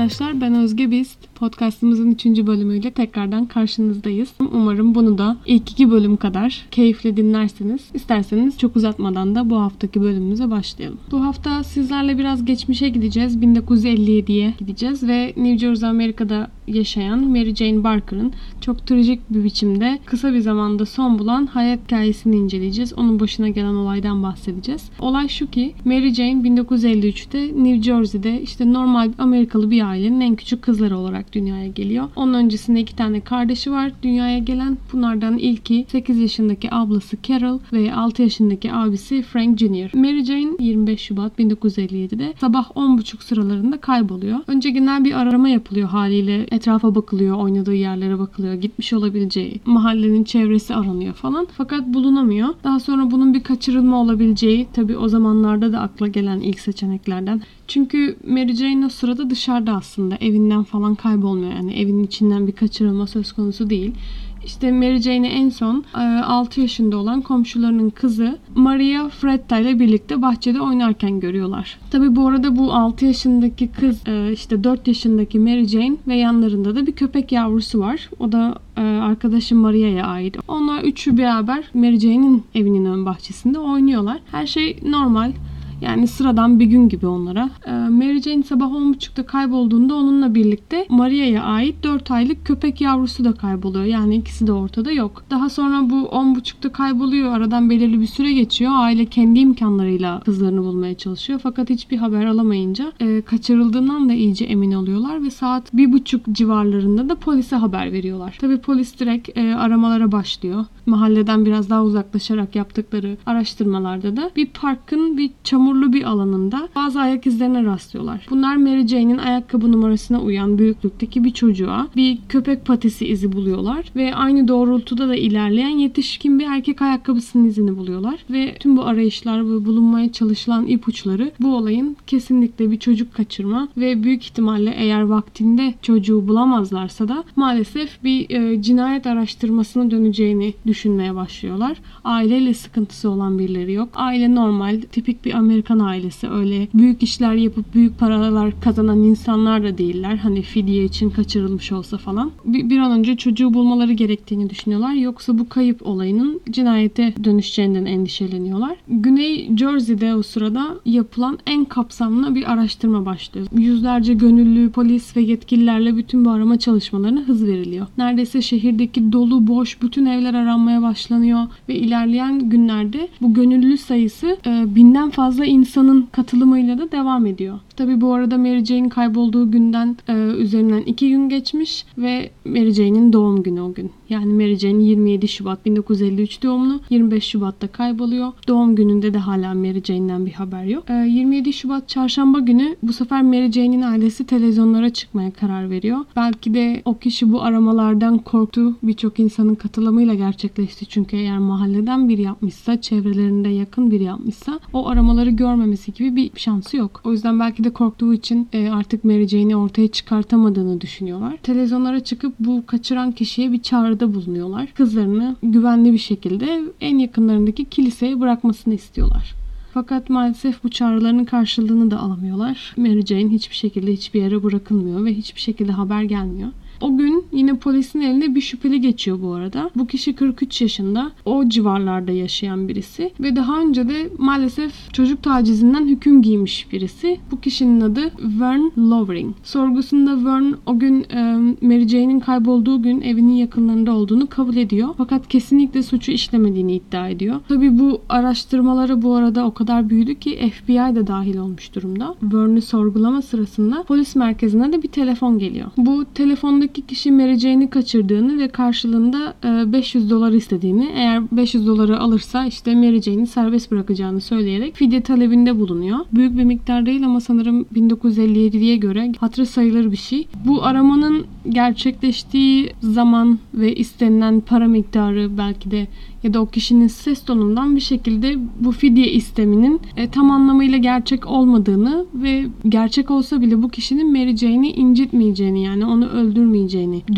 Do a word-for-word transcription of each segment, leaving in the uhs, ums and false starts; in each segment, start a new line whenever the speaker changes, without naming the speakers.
arkadaşlar, ben Özge Bist. Podcastımızın üçüncü bölümüyle tekrardan karşınızdayız. Umarım bunu da ilk iki bölüm kadar keyifle dinlersiniz. İsterseniz çok uzatmadan da bu haftaki bölümümüze başlayalım. Bu hafta sizlerle biraz geçmişe gideceğiz. bin dokuz yüz elli yediye gideceğiz ve New Jersey, Amerika'da yaşayan Mary Jane Barker'ın çok trajik bir biçimde kısa bir zamanda son bulan hayat hikayesini inceleyeceğiz. Onun başına gelen olaydan bahsedeceğiz. Olay şu ki, Mary Jane bin dokuz yüz elli üçte New Jersey'de işte normal Amerikalı bir ailenin en küçük kızları olarak dünyaya geliyor. Onun öncesinde iki tane kardeşi var dünyaya gelen. Bunlardan ilki sekiz yaşındaki ablası Carol ve altı yaşındaki abisi Frank Junior Mary Jane yirmi beş Şubat bin dokuz yüz elli yedide sabah on buçuk sıralarında kayboluyor. Önce genel bir arama yapılıyor haliyle. Etrafa bakılıyor, oynadığı yerlere bakılıyor, gitmiş olabileceği, mahallenin çevresi aranıyor falan. Fakat bulunamıyor. Daha sonra bunun bir kaçırılma olabileceği, tabii o zamanlarda da akla gelen ilk seçeneklerden. Çünkü Mary Jane o sırada dışarıda aslında. Evinden falan kaybolmuyor. Yani evinin içinden bir kaçırılma söz konusu değil. İşte Mary Jane'i en son altı yaşında olan komşularının kızı Maria Fretta ile birlikte bahçede oynarken görüyorlar. Tabi bu arada bu altı yaşındaki kız işte dört yaşındaki Mary Jane ve yanlarında da bir köpek yavrusu var. O da arkadaşı Maria'ya ait. Onlar üçü beraber Mary Jane'in evinin ön bahçesinde oynuyorlar. Her şey normal. Yani sıradan bir gün gibi onlara. Mary Jane sabah on buçukta kaybolduğunda onunla birlikte Maria'ya ait dört aylık köpek yavrusu da kayboluyor. Yani ikisi de ortada yok. Daha sonra bu on buçukta kayboluyor. Aradan belirli bir süre geçiyor. Aile kendi imkanlarıyla kızlarını bulmaya çalışıyor. Fakat hiçbir haber alamayınca e, kaçırıldığından da iyice emin oluyorlar ve saat bir buçuk civarlarında da polise haber veriyorlar. Tabii polis direkt e, aramalara başlıyor. Mahalleden biraz daha uzaklaşarak yaptıkları araştırmalarda da bir parkın bir çamurlu bir alanında bazı ayak izlerine rastlıyorlar. Bunlar Mary Jane'in ayakkabı numarasına uyan büyüklükteki bir çocuğa bir köpek patisi izi buluyorlar ve aynı doğrultuda da ilerleyen yetişkin bir erkek ayakkabısının izini buluyorlar ve tüm bu arayışlar ve bulunmaya çalışılan ipuçları bu olayın kesinlikle bir çocuk kaçırma ve büyük ihtimalle eğer vaktinde çocuğu bulamazlarsa da maalesef bir e, cinayet araştırmasına döneceğini düşünmeye başlıyorlar. Aileyle sıkıntısı olan birileri yok. Aile normal, tipik bir Amerikan ailesi. Öyle büyük işler yapıp büyük paralar kazanan insanlar da değiller. Hani fidye için kaçırılmış olsa falan. Bir, bir an önce çocuğu bulmaları gerektiğini düşünüyorlar. Yoksa bu kayıp olayının cinayete dönüşeceğinden endişeleniyorlar. Güney Jersey'de o sırada yapılan en kapsamlı bir araştırma başlıyor. Yüzlerce gönüllü, polis ve yetkililerle bütün bu arama çalışmalarına hız veriliyor. Neredeyse şehirdeki dolu, boş bütün evler aranmaya başlanıyor ve ilerleyen günlerde bu gönüllü sayısı e, binden fazla insanın katılımıyla da devam ediyor. Tabii bu arada Mary Jane kaybolduğu günden e, üzerinden iki gün geçmiş ve Mary Jane'in doğum günü o gün. Yani Mary Jane yirmi yedi Şubat bin dokuz yüz elli üç doğumlu. yirmi beş Şubat'ta kayboluyor. Doğum gününde de hala Mary Jane'den bir haber yok. E, yirmi yedi Şubat çarşamba günü bu sefer Mary Jane'in ailesi televizyonlara çıkmaya karar veriyor. Belki de o kişi bu aramalardan korktu. Birçok insanın katılımıyla gerçekleşti. Çünkü eğer mahalleden biri yapmışsa, çevrelerinde yakın biri yapmışsa o aramaları görmemesi gibi bir şansı yok. O yüzden belki de korktuğu için artık Mary Jane'i ortaya çıkartamadığını düşünüyorlar. Televizyonlara çıkıp bu kaçıran kişiye bir çağrıda bulunuyorlar. Kızlarını güvenli bir şekilde en yakınlarındaki kiliseye bırakmasını istiyorlar. Fakat maalesef bu çağrılarının karşılığını da alamıyorlar. Mary Jane hiçbir şekilde hiçbir yere bırakılmıyor ve hiçbir şekilde haber gelmiyor. O gün yine polisin eline bir şüpheli geçiyor bu arada. Bu kişi kırk üç yaşında, o civarlarda yaşayan birisi ve daha önce de maalesef çocuk tacizinden hüküm giymiş birisi. Bu kişinin adı Vern Lovering. Sorgusunda Vern o gün e, Mary Jane'in kaybolduğu gün evinin yakınlarında olduğunu kabul ediyor. Fakat kesinlikle suçu işlemediğini iddia ediyor. Tabii bu araştırmaları bu arada o kadar büyüdü ki F B I de dahil olmuş durumda. Vern'ü sorgulama sırasında polis merkezine de bir telefon geliyor. Bu telefonda iki kişi Mary Jane'i kaçırdığını ve karşılığında beş yüz dolar istediğini, eğer beş yüz doları alırsa işte Mary Jane'i serbest bırakacağını söyleyerek fidye talebinde bulunuyor. Büyük bir miktar değil ama sanırım bin dokuz yüz elli yediye göre hatırı sayılır bir şey. Bu aramanın gerçekleştiği zaman ve istenilen para miktarı belki de ya da o kişinin ses tonundan bir şekilde bu fidye isteminin e, tam anlamıyla gerçek olmadığını ve gerçek olsa bile bu kişinin Mary Jane'i incitmeyeceğini, yani onu öldürmeyeceğini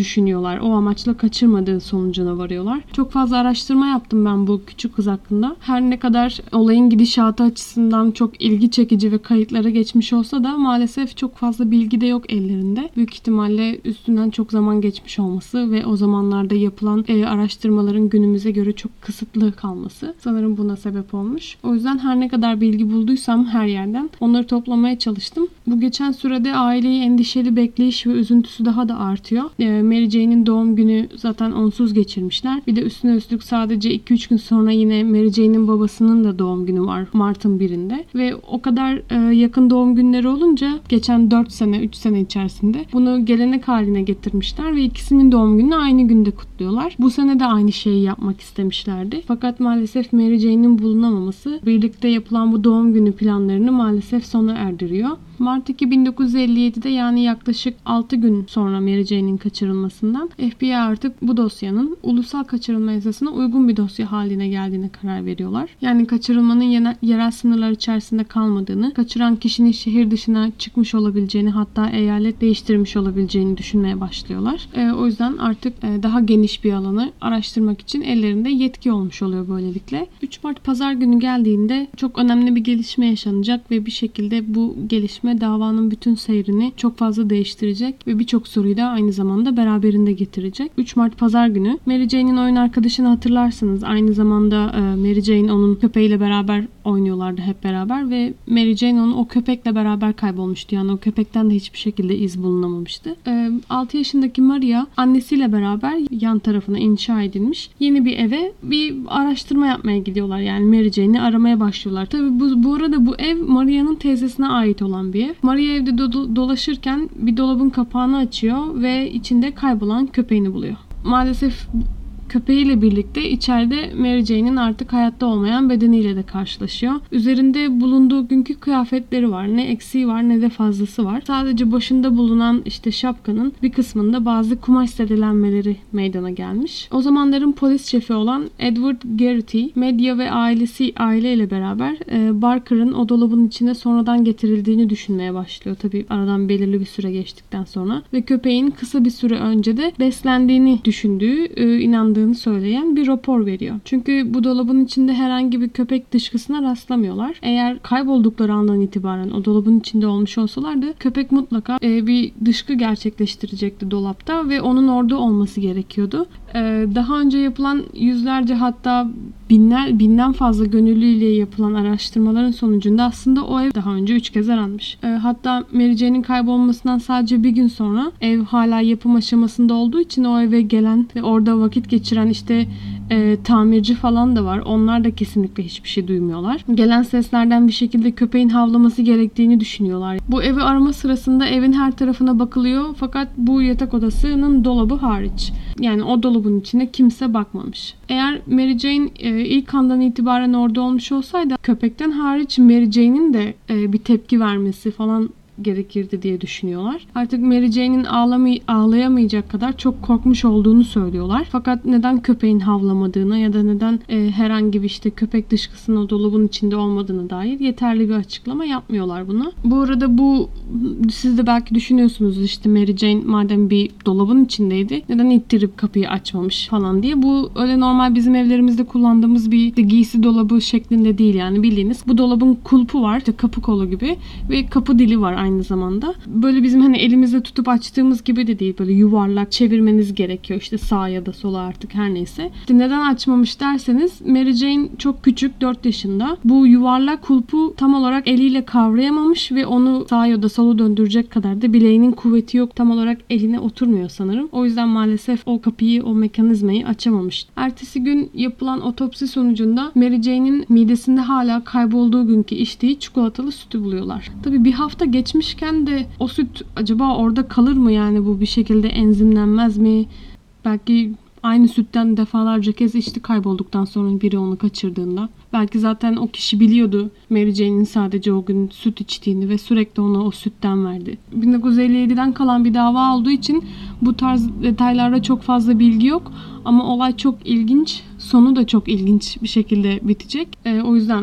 düşünüyorlar. O amaçla kaçırmadığı sonucuna varıyorlar. Çok fazla araştırma yaptım ben bu küçük kız hakkında. Her ne kadar olayın gidişatı açısından çok ilgi çekici ve kayıtlara geçmiş olsa da maalesef çok fazla bilgi de yok ellerinde. Büyük ihtimalle üstünden çok zaman geçmiş olması ve o zamanlarda yapılan e, araştırmaların günümüze göre çok kısıtlı kalması sanırım buna sebep olmuş. O yüzden her ne kadar bilgi bulduysam her yerden onları toplamaya çalıştım. Bu geçen sürede aileyi endişeli bekleyiş ve üzüntüsü daha da artıyor. E, Mary Jane'in doğum günü zaten onsuz geçirmişler. Bir de üstüne üstlük sadece iki üç gün sonra yine Mary Jane'in babasının da doğum günü var Mart'ın birinde. Ve o kadar e, yakın doğum günleri olunca geçen dört sene, üç sene içerisinde bunu gelenek haline getirmişler ve ikisinin doğum gününü aynı günde kutluyorlar. Bu sene de aynı şeyi yapmak istemişlerdi. Fakat maalesef Mary Jane'in bulunamaması birlikte yapılan bu doğum günü planlarını maalesef sona erdiriyor. Mart iki bin dokuz yüz elli yedide yani yaklaşık altı gün sonra Mary Jane'in kaçırılmasından F B I artık bu dosyanın ulusal kaçırılma yasasına uygun bir dosya haline geldiğine karar veriyorlar. Yani kaçırılmanın yerel sınırlar içerisinde kalmadığını, kaçıran kişinin şehir dışına çıkmış olabileceğini, hatta eyalet değiştirmiş olabileceğini düşünmeye başlıyorlar. E, o yüzden artık e, daha geniş bir alanı araştırmak için ellerinde yetki olmuş oluyor böylelikle. üç Mart pazar günü geldiğinde çok önemli bir gelişme yaşanacak ve bir şekilde bu gelişme davanın bütün seyrini çok fazla değiştirecek ve birçok soruyu da aynı zamanda beraberinde getirecek. üç Mart pazar günü Mary Jane'in oyun arkadaşını hatırlarsınız. Aynı zamanda e, Mary Jane onun köpeğiyle beraber oynuyorlardı hep beraber ve Mary Jane onun o köpekle beraber kaybolmuştu. Yani o köpekten de hiçbir şekilde iz bulunamamıştı. E, altı yaşındaki Maria annesiyle beraber yan tarafına inşa edilmiş yeni bir eve bir araştırma yapmaya gidiyorlar. Yani Mary Jane'i aramaya başlıyorlar. Tabii bu, bu arada bu ev Maria'nın teyzesine ait olan bir ev. Maria evde do- dolaşırken bir dolabın kapağını açıyor ve içinde kaybolan köpeğini buluyor. Maalesef köpeğiyle birlikte içeride Mary Jane'in artık hayatta olmayan bedeniyle de karşılaşıyor. Üzerinde bulunduğu günkü kıyafetleri var. Ne eksiği var ne de fazlası var. Sadece başında bulunan işte şapkanın bir kısmında bazı kumaş zedelenmeleri meydana gelmiş. O zamanların polis şefi olan Edward Garrity, medya ve ailesi aileyle beraber e, Barker'ın o dolabın içine sonradan getirildiğini düşünmeye başlıyor. Tabii aradan belirli bir süre geçtikten sonra ve köpeğin kısa bir süre önce de beslendiğini düşündüğü, e, inandığı söyleyen bir rapor veriyor. Çünkü bu dolabın içinde herhangi bir köpek dışkısına rastlamıyorlar. Eğer kayboldukları andan itibaren o dolabın içinde olmuş olsalardı köpek mutlaka e, bir dışkı gerçekleştirecekti dolapta ve onun orada olması gerekiyordu. E, daha önce yapılan yüzlerce hatta binler binden fazla gönüllüyle yapılan araştırmaların sonucunda aslında o ev daha önce üç kez aranmış. E, hatta Mary Jane'in kaybolmasından sadece bir gün sonra ev hala yapım aşamasında olduğu için o eve gelen ve orada vakit geçiren işte e, tamirci falan da var. Onlar da kesinlikle hiçbir şey duymuyorlar. Gelen seslerden bir şekilde köpeğin havlaması gerektiğini düşünüyorlar. Bu evi arama sırasında evin her tarafına bakılıyor fakat bu yatak odasının dolabı hariç. Yani o dolabın içine kimse bakmamış. Eğer Mary Jane e, ilk andan itibaren orada olmuş olsaydı köpekten hariç Mary Jane'in de e, bir tepki vermesi falan gerekirdi diye düşünüyorlar. Artık Mary Jane'in ağlamay- ağlayamayacak kadar çok korkmuş olduğunu söylüyorlar. Fakat neden köpeğin havlamadığına ya da neden e, herhangi bir işte köpek dışkısının o dolabın içinde olmadığına dair yeterli bir açıklama yapmıyorlar buna. Bu arada bu siz de belki düşünüyorsunuz işte Mary Jane madem bir dolabın içindeydi neden ittirip kapıyı açmamış falan diye. Bu öyle normal bizim evlerimizde kullandığımız bir işte giysi dolabı şeklinde değil yani bildiğiniz. Bu dolabın kulpu var işte kapı kolu gibi ve kapı dili var aynı zamanda. Böyle bizim hani elimizde tutup açtığımız gibi de değil. Böyle yuvarlak çevirmeniz gerekiyor. İşte sağa ya da sola artık her neyse. İşte neden açmamış derseniz Mary Jane çok küçük dört yaşında. Bu yuvarlak kulpu tam olarak eliyle kavrayamamış ve onu sağa ya da sola döndürecek kadar da bileğinin kuvveti yok. Tam olarak eline oturmuyor sanırım. O yüzden maalesef o kapıyı, o mekanizmayı açamamış. Ertesi gün yapılan otopsi sonucunda Mary Jane'in midesinde hala kaybolduğu günkü içtiği çikolatalı sütü buluyorlar. Tabii bir hafta geçmiş Geçmişken de o süt acaba orada kalır mı yani bu bir şekilde enzimlenmez mi? Belki aynı sütten defalarca kez içti kaybolduktan sonra biri onu kaçırdığında. Belki zaten o kişi biliyordu Mary Jane'in sadece o gün süt içtiğini ve sürekli ona o sütten verdi. bin dokuz yüz elli yediden kalan bir dava olduğu için bu tarz detaylarda çok fazla bilgi yok. Ama olay çok ilginç. Sonu da çok ilginç bir şekilde bitecek. E, o yüzden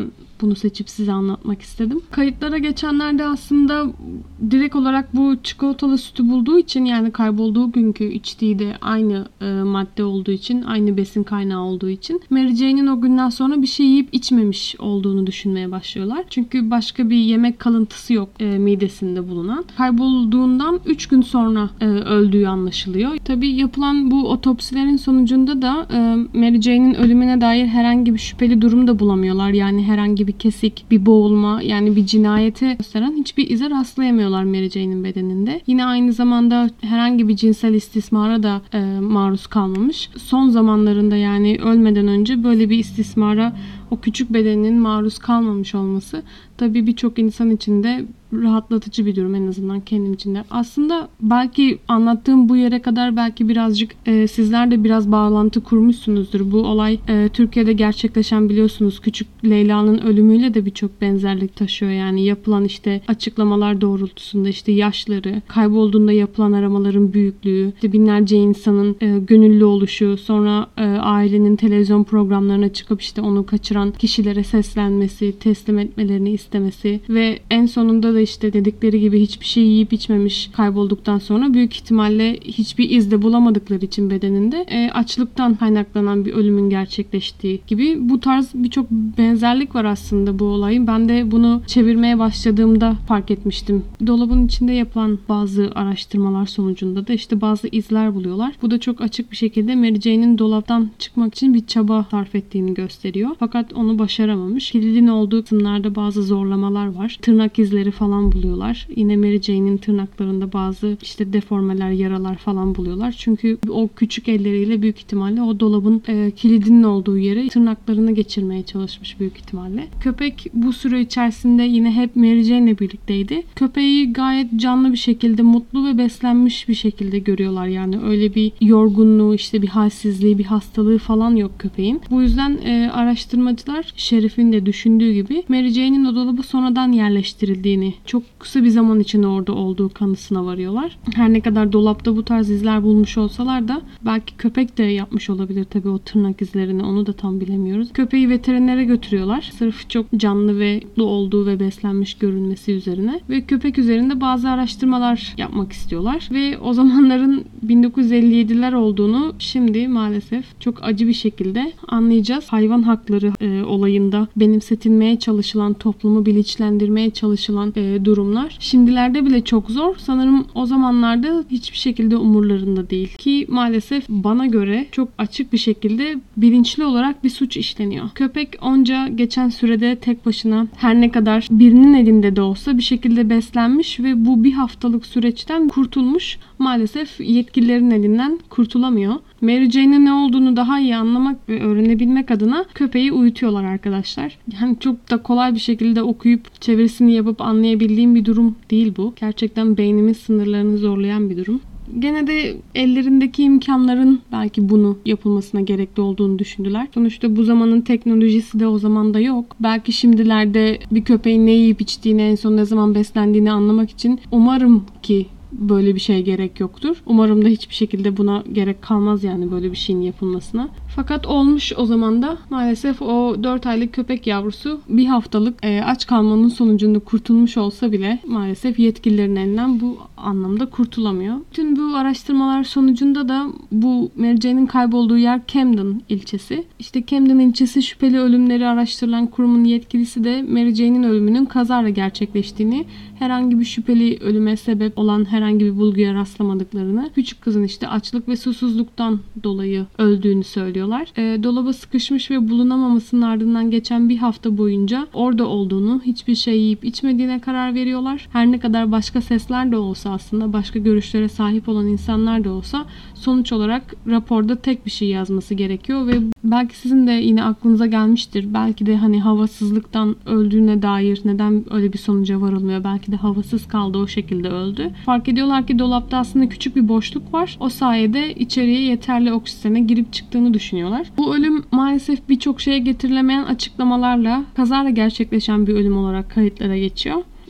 bunu seçip size anlatmak istedim. Kayıtlara geçenlerde aslında direkt olarak bu çikolatalı sütü bulduğu için, yani kaybolduğu günkü içtiği de aynı e, madde olduğu için, aynı besin kaynağı olduğu için Mary Jane'in o günden sonra bir şey yiyip içmemiş olduğunu düşünmeye başlıyorlar. Çünkü başka bir yemek kalıntısı yok e, midesinde bulunan. Kaybolduğundan üç gün sonra e, öldüğü anlaşılıyor. Tabii yapılan bu otopsilerin sonucunda da e, Mary Jane'in ölümüne dair herhangi bir şüpheli durum da bulamıyorlar. Yani herhangi bir kesik, bir boğulma, yani bir cinayete gösteren hiçbir ize rastlayamıyorlar Mary Jane'in bedeninde. Yine aynı zamanda herhangi bir cinsel istismara da e, maruz kalmamış. Son zamanlarında, yani ölmeden önce böyle bir istismara o küçük bedeninin maruz kalmamış olması tabii birçok insan için de rahatlatıcı bir durum, en azından kendim için de. Aslında belki anlattığım bu yere kadar belki birazcık e, sizler de biraz bağlantı kurmuşsunuzdur. Bu olay e, Türkiye'de gerçekleşen, biliyorsunuz, küçük Leyla'nın ölümüyle de birçok benzerlik taşıyor. Yani yapılan işte açıklamalar doğrultusunda işte yaşları, kaybolduğunda yapılan aramaların büyüklüğü, işte binlerce insanın e, gönüllü oluşu, sonra e, ailenin televizyon programlarına çıkıp işte onu kaçıran kişilere seslenmesi, teslim etmelerini istemesi ve en sonunda da işte dedikleri gibi hiçbir şey yiyip içmemiş kaybolduktan sonra büyük ihtimalle hiçbir iz de bulamadıkları için bedeninde e, açlıktan kaynaklanan bir ölümün gerçekleştiği gibi bu tarz birçok benzerlik var aslında bu olayın. Ben de bunu çevirmeye başladığımda fark etmiştim. Dolabın içinde yapılan bazı araştırmalar sonucunda da işte bazı izler buluyorlar. Bu da çok açık bir şekilde Mary Jane'in dolaptan çıkmak için bir çaba sarf ettiğini gösteriyor. Fakat onu başaramamış. Kilidin olduğu kısımlarda bazı zorlamalar var. Tırnak izleri falan buluyorlar. Yine Mary Jane'in tırnaklarında bazı işte deformeler, yaralar falan buluyorlar. Çünkü o küçük elleriyle büyük ihtimalle o dolabın e, kilidinin olduğu yere tırnaklarını geçirmeye çalışmış büyük ihtimalle. Köpek bu süre içerisinde yine hep Mary Jane'le birlikteydi. Köpeği gayet canlı bir şekilde, mutlu ve beslenmiş bir şekilde görüyorlar. Yani öyle bir yorgunluğu, işte bir halsizliği, bir hastalığı falan yok köpeğin. Bu yüzden e, araştırmacılar Şerif'in de düşündüğü gibi Mary Jane'in o dolabı sonradan yerleştirildiğini, çok kısa bir zaman içinde orada olduğu kanısına varıyorlar. Her ne kadar dolapta bu tarz izler bulmuş olsalar da belki köpek de yapmış olabilir tabii o tırnak izlerini, onu da tam bilemiyoruz. Köpeği veterinere götürüyorlar. Sırf çok canlı ve mutlu olduğu ve beslenmiş görünmesi üzerine ve köpek üzerinde bazı araştırmalar yapmak istiyorlar ve o zamanların bin dokuz yüz elli yediler olduğunu şimdi maalesef çok acı bir şekilde anlayacağız. Hayvan hakları e, olayında benimsetilmeye çalışılan, toplumu bilinçlendirmeye çalışılan e, durumlar şimdilerde bile çok zor. Sanırım o zamanlarda hiçbir şekilde umurlarında değil ki maalesef bana göre çok açık bir şekilde bilinçli olarak bir suç işleniyor. Köpek onca geçen sürede tek başına, her ne kadar birinin elinde de olsa, bir şekilde beslenmiş ve bu bir haftalık süreçten kurtulmuş. Maalesef yetkililerin elinden kurtulamıyor. Mary Jane'in ne olduğunu daha iyi anlamak ve öğrenebilmek adına köpeği uyutuyorlar arkadaşlar. Yani çok da kolay bir şekilde okuyup çevirisini yapıp anlayabildiğim bir durum değil bu. Gerçekten beynimin sınırlarını zorlayan bir durum. Gene de ellerindeki imkanların belki bunu yapılmasına gerekli olduğunu düşündüler. Sonuçta bu zamanın teknolojisi de o zaman da yok. Belki şimdilerde bir köpeğin ne yiyip içtiğini, en son ne zaman beslendiğini anlamak için umarım ki böyle bir şeye gerek yoktur. Umarım da hiçbir şekilde buna gerek kalmaz, yani böyle bir şeyin yapılmasına. Fakat olmuş o zaman da maalesef o dört aylık köpek yavrusu bir haftalık e, aç kalmanın sonucunda kurtulmuş olsa bile maalesef yetkililerin elinden bu anlamda kurtulamıyor. Bütün bu araştırmalar sonucunda da bu Mary Jane'in kaybolduğu yer Camden ilçesi. İşte Camden ilçesi şüpheli ölümleri araştırılan kurumun yetkilisi de Mary Jane'in ölümünün kazayla gerçekleştiğini, herhangi bir şüpheli ölüme sebep olan herhangi bir bulguya rastlamadıklarını, küçük kızın işte açlık ve susuzluktan dolayı öldüğünü söylüyorlar. E, dolaba sıkışmış ve bulunamamasının ardından geçen bir hafta boyunca orada olduğunu, hiçbir şey yiyip içmediğine karar veriyorlar. Her ne kadar başka sesler de olsa, aslında başka görüşlere sahip olan insanlar da olsa, sonuç olarak raporda tek bir şey yazması gerekiyor ve belki sizin de yine aklınıza gelmiştir. Belki de hani havasızlıktan öldüğüne dair neden öyle bir sonuca varılmıyor? Belki de havasız kaldı, o şekilde öldü. Fark ediyorlar ki dolapta aslında küçük bir boşluk var. O sayede içeriye yeterli oksijene girip çıktığını düşünüyorlar. Bu ölüm maalesef birçok şeye getirilemeyen açıklamalarla, kazayla gerçekleşen bir ölüm olarak kayıtlara geçiyor.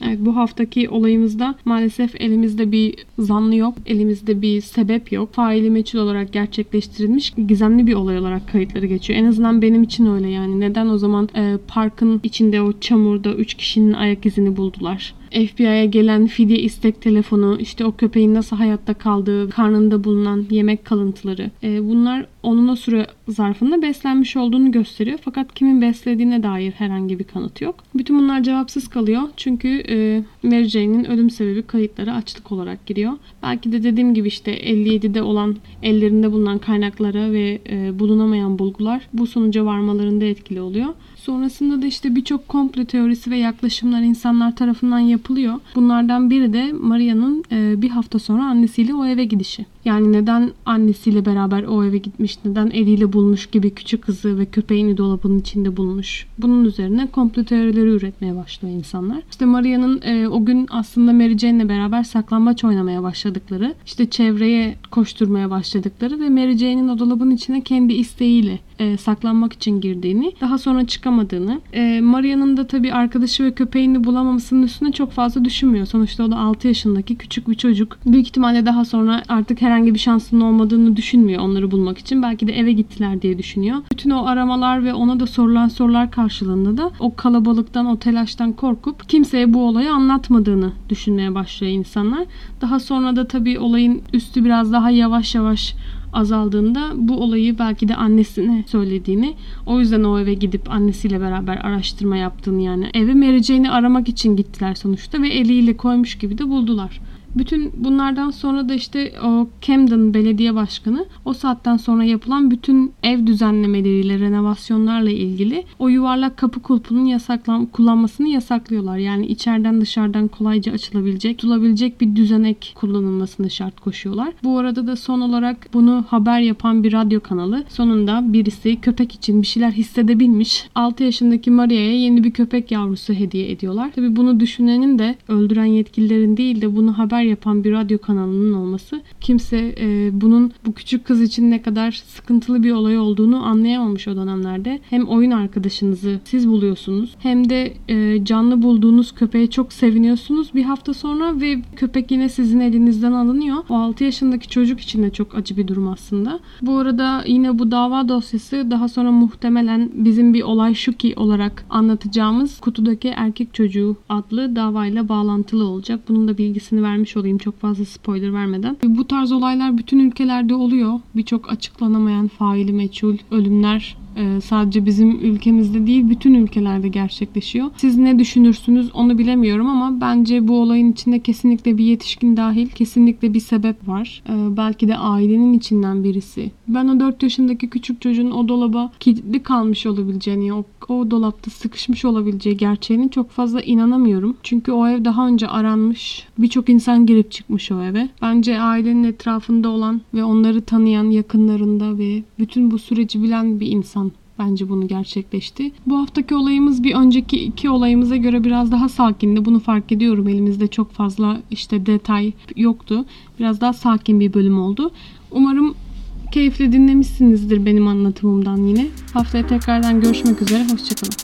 Evet, bu haftaki olayımızda maalesef elimizde bir zanlı yok. Elimizde bir sebep yok. Faili meçhul olarak gerçekleştirilmiş gizemli bir olay olarak kayıtları geçiyor. En azından benim için öyle yani. Neden o zaman e, parkın içinde o çamurda üç kişinin ayak izini buldular? F B I'ye gelen fidye istek telefonu, işte o köpeğin nasıl hayatta kaldığı, karnında bulunan yemek kalıntıları. E, bunlar onun o süre zarfında beslenmiş olduğunu gösteriyor. Fakat kimin beslediğine dair herhangi bir kanıt yok. Bütün bunlar cevapsız kalıyor. Çünkü e, Mary Jane'in ölüm sebebi kayıtlara açlık olarak giriyor. Belki de dediğim gibi işte elli yedide olan, ellerinde bulunan kaynaklara ve e, bulunamayan bulgular bu sonuca varmalarında etkili oluyor. Sonrasında da işte birçok komplo teorisi ve yaklaşımlar insanlar tarafından yapılıyor. Bunlardan biri de Maria'nın e, bir hafta sonra annesiyle o eve gidişi. Yani neden annesiyle beraber o eve gitmiş, neden eliyle bulmuş gibi küçük kızı ve köpeğini dolabının içinde bulmuş. Bunun üzerine komplo teorileri üretmeye başlıyor insanlar. İşte Maria'nın e, o gün aslında Mary Jane'le beraber saklambaç oynamaya başladıkları, işte çevreye koşturmaya başladıkları ve Mary Jane'in o dolabın içine kendi isteğiyle e, saklanmak için girdiğini, daha sonra çıkamadığını, e, Maria'nın da tabii arkadaşı ve köpeğini bulamamasının üstüne çok fazla düşünmüyor. Sonuçta o da altı yaşındaki küçük bir çocuk. Büyük ihtimalle daha sonra artık herhangi bir şansının olmadığını düşünmüyor onları bulmak için. Belki de eve gittiler diye düşünüyor. Bütün o aramalar ve ona da sorulan sorular karşılığında da o kalabalıktan, o telaştan korkup kimseye bu olayı anlatmadığını düşünmeye başlıyor insanlar. Daha sonra da tabii olayın üstü biraz daha yavaş yavaş azaldığında bu olayı belki de annesine söylediğini, o yüzden o eve gidip annesiyle beraber araştırma yaptığını, yani eve Mary Jane'i aramak için gittiler sonuçta ve eliyle koymuş gibi de buldular. Bütün bunlardan sonra da işte o Camden Belediye Başkanı o saatten sonra yapılan bütün ev düzenlemeleriyle, renovasyonlarla ilgili o yuvarlak kapı kulpunun yasaklan kullanmasını yasaklıyorlar. Yani içeriden dışarıdan kolayca açılabilecek, tutulabilecek bir düzenek kullanılmasını şart koşuyorlar. Bu arada da son olarak bunu haber yapan bir radyo kanalı sonunda birisi köpek için bir şeyler hissedebilmiş. altı yaşındaki Maria'ya yeni bir köpek yavrusu hediye ediyorlar. Tabii bunu düşünenin de, öldüren yetkililerin değil de bunu haber yapan bir radyo kanalının olması, kimse e, bunun bu küçük kız için ne kadar sıkıntılı bir olay olduğunu anlayamamış o dönemlerde. Hem oyun arkadaşınızı siz buluyorsunuz, hem de e, canlı bulduğunuz köpeğe çok seviniyorsunuz bir hafta sonra ve köpek yine sizin elinizden alınıyor. O altı yaşındaki çocuk için de çok acı bir durum aslında. Bu arada yine bu dava dosyası daha sonra muhtemelen bizim bir olay şu ki olarak anlatacağımız Kutudaki Erkek Çocuğu adlı davayla bağlantılı olacak. Bunun da bilgisini vermiş olayım çok fazla spoiler vermeden. Bu tarz olaylar bütün ülkelerde oluyor. Birçok açıklanamayan faili meçhul ölümler Ee, sadece bizim ülkemizde değil, bütün ülkelerde gerçekleşiyor. Siz ne düşünürsünüz onu bilemiyorum ama bence bu olayın içinde kesinlikle bir yetişkin dahil, kesinlikle bir sebep var. Ee, belki de ailenin içinden birisi. Ben o dört yaşındaki küçük çocuğun o dolaba kilitli kalmış olabileceğini, o, o dolapta sıkışmış olabileceği gerçeğine çok fazla inanamıyorum. Çünkü o ev daha önce aranmış. Birçok insan girip çıkmış o eve. Bence ailenin etrafında olan ve onları tanıyan, yakınlarında ve bütün bu süreci bilen bir insan bence bunu gerçekleşti. Bu haftaki olayımız bir önceki iki olayımıza göre biraz daha sakindi. Bunu fark ediyorum. Elimizde çok fazla işte detay yoktu. Biraz daha sakin bir bölüm oldu. Umarım keyifle dinlemişsinizdir benim anlatımımdan yine. Haftaya tekrardan görüşmek üzere. Hoşçakalın.